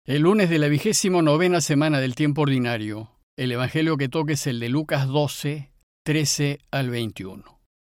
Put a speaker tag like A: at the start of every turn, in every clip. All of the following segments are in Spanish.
A: El lunes de la 29ª semana del tiempo ordinario, el evangelio que toca es el de Lucas 12, 13 al 21.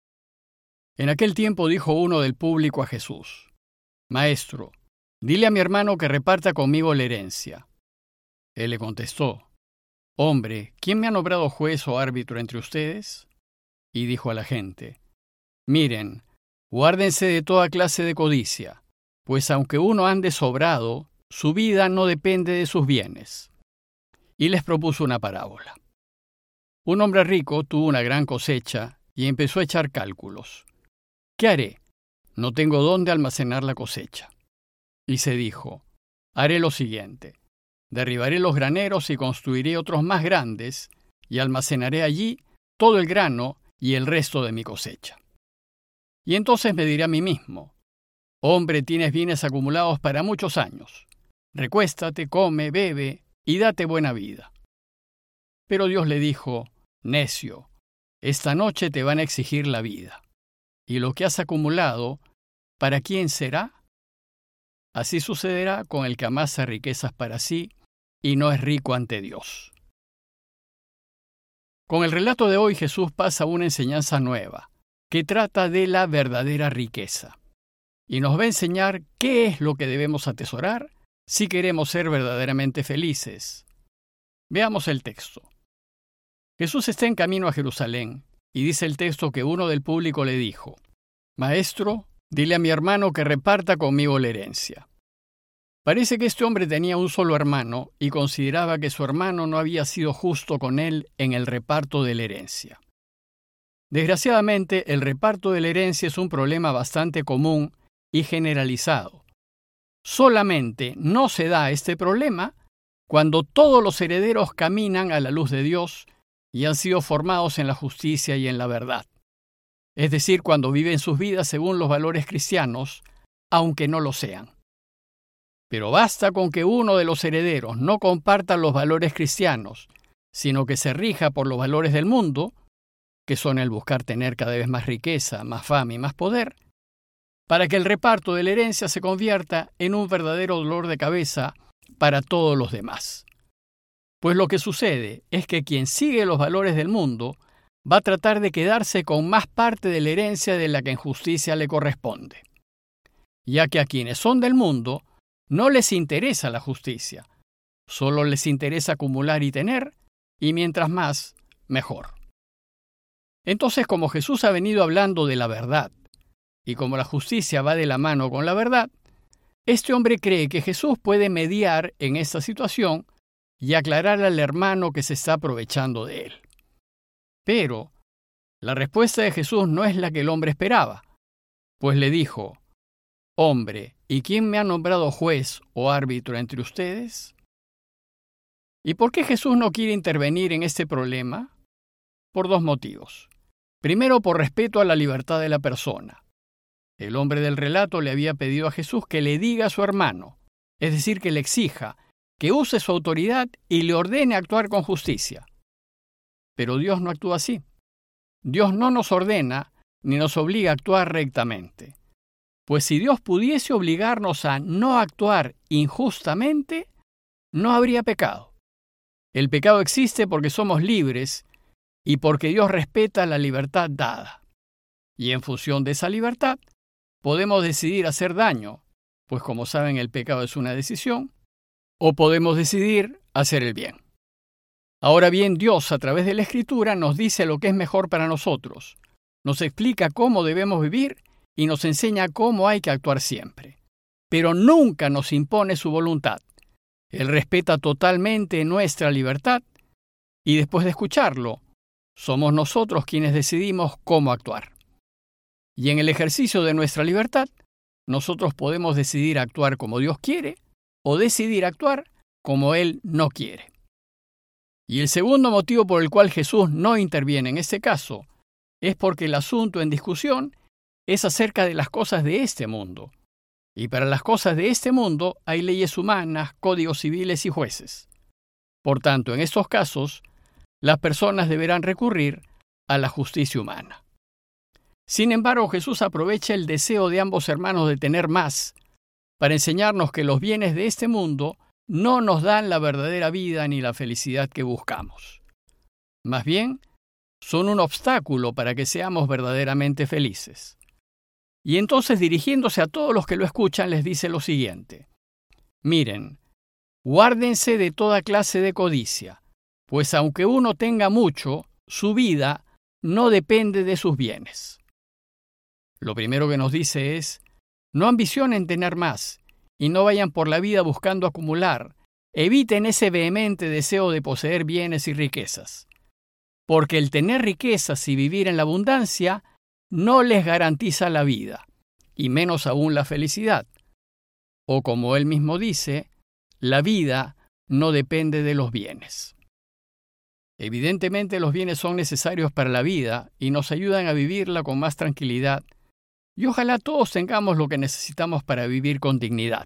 A: En aquel tiempo dijo uno del público a Jesús: Maestro, dile a mi hermano que reparta conmigo la herencia. Él le contestó: Hombre, ¿quién me ha nombrado juez o árbitro entre ustedes? Y dijo a la gente: Miren, guárdense de toda clase de codicia, pues aunque uno ande sobrado, su vida no depende de sus bienes. Y les propuso una parábola. Un hombre rico tuvo una gran cosecha y empezó a echar cálculos. ¿Qué haré? No tengo dónde almacenar la cosecha. Y se dijo: haré lo siguiente: derribaré los graneros y construiré otros más grandes, y almacenaré allí todo el grano y el resto de mi cosecha. Y entonces me diré a mí mismo: hombre, tienes bienes acumulados para muchos años. Recuéstate, come, bebe y date buena vida. Pero Dios le dijo: necio, esta noche te van a exigir la vida. Y lo que has acumulado, ¿para quién será? Así sucederá con el que amasa riquezas para sí y no es rico ante Dios. Con el relato de hoy Jesús pasa una enseñanza nueva, que trata de la verdadera riqueza, y nos va a enseñar qué es lo que debemos atesorar si queremos ser verdaderamente felices. Veamos el texto. Jesús está en camino a Jerusalén, y dice el texto que uno del público le dijo: Maestro, dile a mi hermano que reparta conmigo la herencia. Parece que este hombre tenía un solo hermano y consideraba que su hermano no había sido justo con él en el reparto de la herencia. Desgraciadamente, el reparto de la herencia es un problema bastante común y generalizado. Solamente no se da este problema cuando todos los herederos caminan a la luz de Dios y han sido formados en la justicia y en la verdad. Es decir, cuando viven sus vidas según los valores cristianos, aunque no lo sean. Pero basta con que uno de los herederos no comparta los valores cristianos, sino que se rija por los valores del mundo, que son el buscar tener cada vez más riqueza, más fama y más poder, para que el reparto de la herencia se convierta en un verdadero dolor de cabeza para todos los demás. Pues lo que sucede es que quien sigue los valores del mundo va a tratar de quedarse con más parte de la herencia de la que en justicia le corresponde, ya que a quienes son del mundo no les interesa la justicia, solo les interesa acumular y tener, y mientras más, mejor. Entonces, como Jesús ha venido hablando de la verdad, y como la justicia va de la mano con la verdad, este hombre cree que Jesús puede mediar en esta situación y aclarar al hermano que se está aprovechando de él. Pero la respuesta de Jesús no es la que el hombre esperaba, pues le dijo: Hombre, ¿y quién me ha nombrado juez o árbitro entre ustedes? ¿Y por qué Jesús no quiere intervenir en este problema? Por dos motivos. Primero, por respeto a la libertad de la persona. El hombre del relato le había pedido a Jesús que le diga a su hermano, es decir, que le exija, que use su autoridad y le ordene actuar con justicia. Pero Dios no actúa así. Dios no nos ordena ni nos obliga a actuar rectamente. Pues si Dios pudiese obligarnos a no actuar injustamente, no habría pecado. El pecado existe porque somos libres y porque Dios respeta la libertad dada. Y en función de esa libertad, podemos decidir hacer daño, pues como saben, el pecado es una decisión, o podemos decidir hacer el bien. Ahora bien, Dios, a través de la Escritura, nos dice lo que es mejor para nosotros, nos explica cómo debemos vivir y nos enseña cómo hay que actuar siempre. Pero nunca nos impone su voluntad. Él respeta totalmente nuestra libertad y después de escucharlo, somos nosotros quienes decidimos cómo actuar. Y en el ejercicio de nuestra libertad, nosotros podemos decidir actuar como Dios quiere o decidir actuar como Él no quiere. Y el segundo motivo por el cual Jesús no interviene en este caso es porque el asunto en discusión es acerca de las cosas de este mundo. Y para las cosas de este mundo hay leyes humanas, códigos civiles y jueces. Por tanto, en estos casos, las personas deberán recurrir a la justicia humana. Sin embargo, Jesús aprovecha el deseo de ambos hermanos de tener más para enseñarnos que los bienes de este mundo no nos dan la verdadera vida ni la felicidad que buscamos. Más bien, son un obstáculo para que seamos verdaderamente felices. Y entonces, dirigiéndose a todos los que lo escuchan, les dice lo siguiente: miren, guárdense de toda clase de codicia, pues aunque uno tenga mucho, su vida no depende de sus bienes. Lo primero que nos dice es: no ambicionen tener más y no vayan por la vida buscando acumular. Eviten ese vehemente deseo de poseer bienes y riquezas, porque el tener riquezas y vivir en la abundancia no les garantiza la vida, y menos aún la felicidad. O como él mismo dice, la vida no depende de los bienes. Evidentemente los bienes son necesarios para la vida y nos ayudan a vivirla con más tranquilidad, y ojalá todos tengamos lo que necesitamos para vivir con dignidad.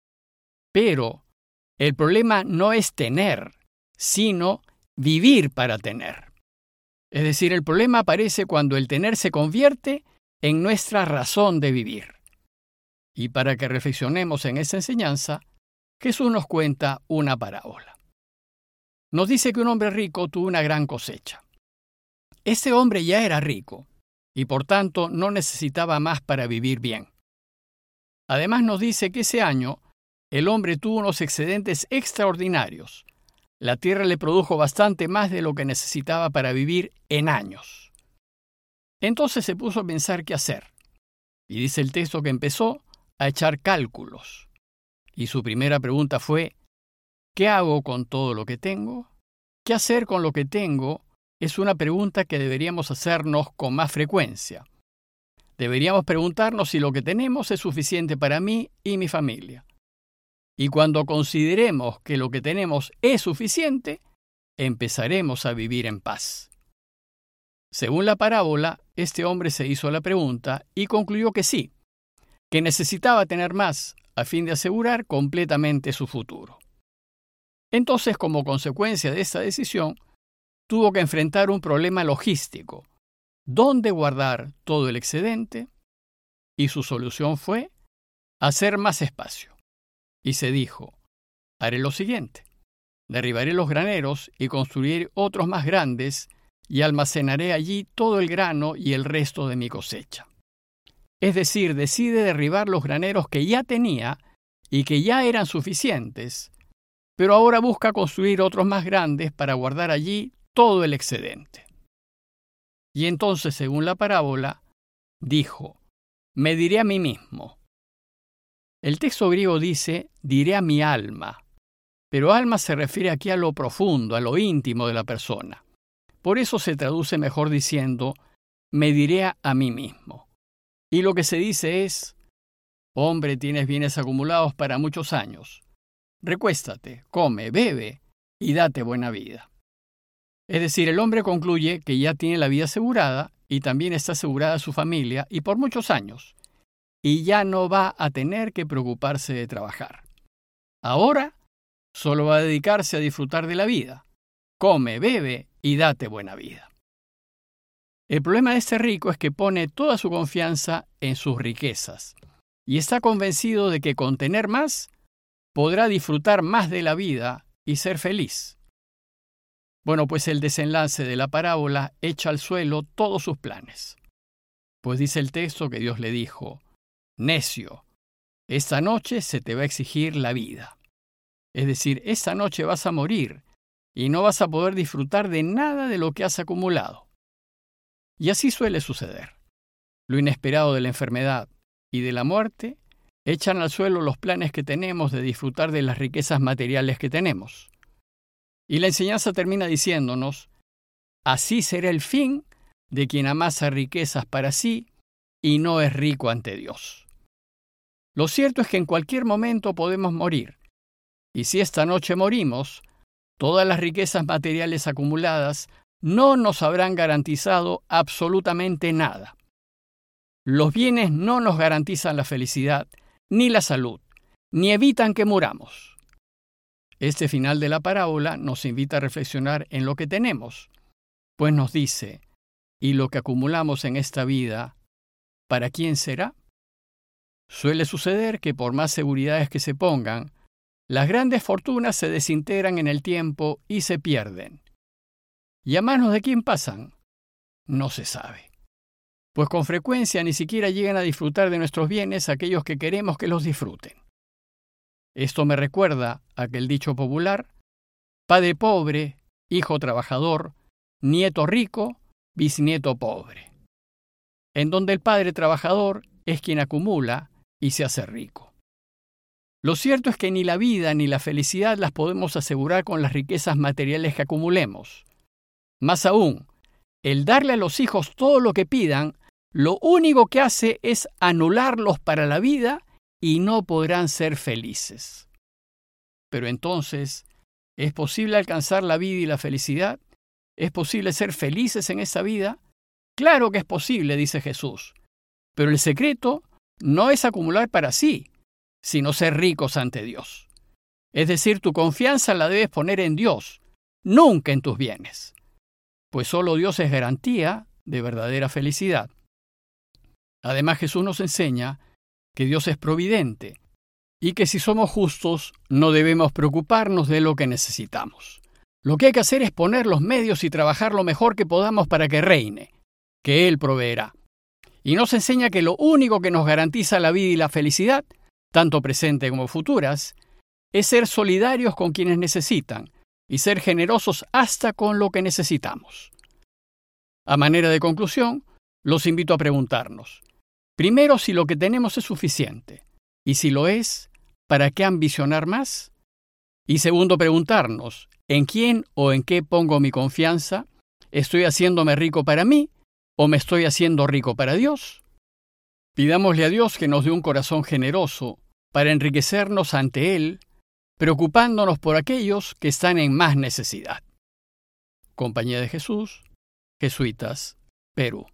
A: Pero el problema no es tener, sino vivir para tener. Es decir, el problema aparece cuando el tener se convierte en nuestra razón de vivir. Y para que reflexionemos en esa enseñanza, Jesús nos cuenta una parábola. Nos dice que un hombre rico tuvo una gran cosecha. Ese hombre ya era rico y por tanto no necesitaba más para vivir bien. Además nos dice que ese año el hombre tuvo unos excedentes extraordinarios. La tierra le produjo bastante más de lo que necesitaba para vivir en años. Entonces se puso a pensar qué hacer. Y dice el texto que empezó a echar cálculos. Y su primera pregunta fue: ¿qué hago con todo lo que tengo? ¿Qué hacer con lo que tengo? Es una pregunta que deberíamos hacernos con más frecuencia. Deberíamos preguntarnos si lo que tenemos es suficiente para mí y mi familia. Y cuando consideremos que lo que tenemos es suficiente, empezaremos a vivir en paz. Según la parábola, este hombre se hizo la pregunta y concluyó que sí, que necesitaba tener más a fin de asegurar completamente su futuro. Entonces, como consecuencia de esta decisión, tuvo que enfrentar un problema logístico: ¿dónde guardar todo el excedente? Y su solución fue hacer más espacio. Y se dijo: haré lo siguiente, derribaré los graneros y construiré otros más grandes y almacenaré allí todo el grano y el resto de mi cosecha. Es decir, decide derribar los graneros que ya tenía y que ya eran suficientes, pero ahora busca construir otros más grandes para guardar allí todo el excedente. Y entonces, según la parábola, dijo: me diré a mí mismo. El texto griego dice: diré a mi alma, pero alma se refiere aquí a lo profundo, a lo íntimo de la persona. Por eso se traduce mejor diciendo: me diré a mí mismo. Y lo que se dice es: hombre, tienes bienes acumulados para muchos años. Recuéstate, come, bebe y date buena vida. Es decir, el hombre concluye que ya tiene la vida asegurada y también está asegurada su familia y por muchos años, y ya no va a tener que preocuparse de trabajar. Ahora solo va a dedicarse a disfrutar de la vida. Come, bebe y date buena vida. El problema de este rico es que pone toda su confianza en sus riquezas y está convencido de que con tener más podrá disfrutar más de la vida y ser feliz. Bueno, pues el desenlace de la parábola echa al suelo todos sus planes. Pues dice el texto que Dios le dijo: necio, esta noche se te va a exigir la vida. Es decir, esta noche vas a morir y no vas a poder disfrutar de nada de lo que has acumulado. Y así suele suceder. Lo inesperado de la enfermedad y de la muerte echan al suelo los planes que tenemos de disfrutar de las riquezas materiales que tenemos. Y la enseñanza termina diciéndonos: así será el fin de quien amasa riquezas para sí y no es rico ante Dios. Lo cierto es que en cualquier momento podemos morir, y si esta noche morimos, todas las riquezas materiales acumuladas no nos habrán garantizado absolutamente nada. Los bienes no nos garantizan la felicidad, ni la salud, ni evitan que muramos. Este final de la parábola nos invita a reflexionar en lo que tenemos, pues nos dice: ¿y lo que acumulamos en esta vida, para quién será? Suele suceder que por más seguridades que se pongan, Las grandes fortunas se desintegran en el tiempo y se pierden. ¿Y a manos de quién pasan? No se sabe. Pues con frecuencia ni siquiera llegan a disfrutar de nuestros bienes aquellos que queremos que los disfruten. Esto me recuerda a aquel dicho popular: padre pobre, hijo trabajador, nieto rico, bisnieto pobre. En donde el padre trabajador es quien acumula y se hace rico. Lo cierto es que ni la vida ni la felicidad las podemos asegurar con las riquezas materiales que acumulemos. Más aún, el darle a los hijos todo lo que pidan, lo único que hace es anularlos para la vida y no podrán ser felices. Pero entonces, ¿es posible alcanzar la vida y la felicidad? ¿Es posible ser felices en esa vida? Claro que es posible, dice Jesús. Pero el secreto no es acumular para sí, sino ser ricos ante Dios. Es decir, tu confianza la debes poner en Dios, nunca en tus bienes. Pues solo Dios es garantía de verdadera felicidad. Además, Jesús nos enseña que Dios es providente y que si somos justos no debemos preocuparnos de lo que necesitamos. Lo que hay que hacer es poner los medios y trabajar lo mejor que podamos para que reine, que Él proveerá. Y nos enseña que lo único que nos garantiza la vida y la felicidad, tanto presente como futuras, es ser solidarios con quienes necesitan y ser generosos hasta con lo que necesitamos. A manera de conclusión, los invito a preguntarnos: primero, si lo que tenemos es suficiente, y si lo es, ¿para qué ambicionar más? Y segundo, preguntarnos: ¿en quién o en qué pongo mi confianza? ¿Estoy haciéndome rico para mí o me estoy haciendo rico para Dios? Pidámosle a Dios que nos dé un corazón generoso para enriquecernos ante Él, preocupándonos por aquellos que están en más necesidad. Compañía de Jesús, Jesuitas, Perú.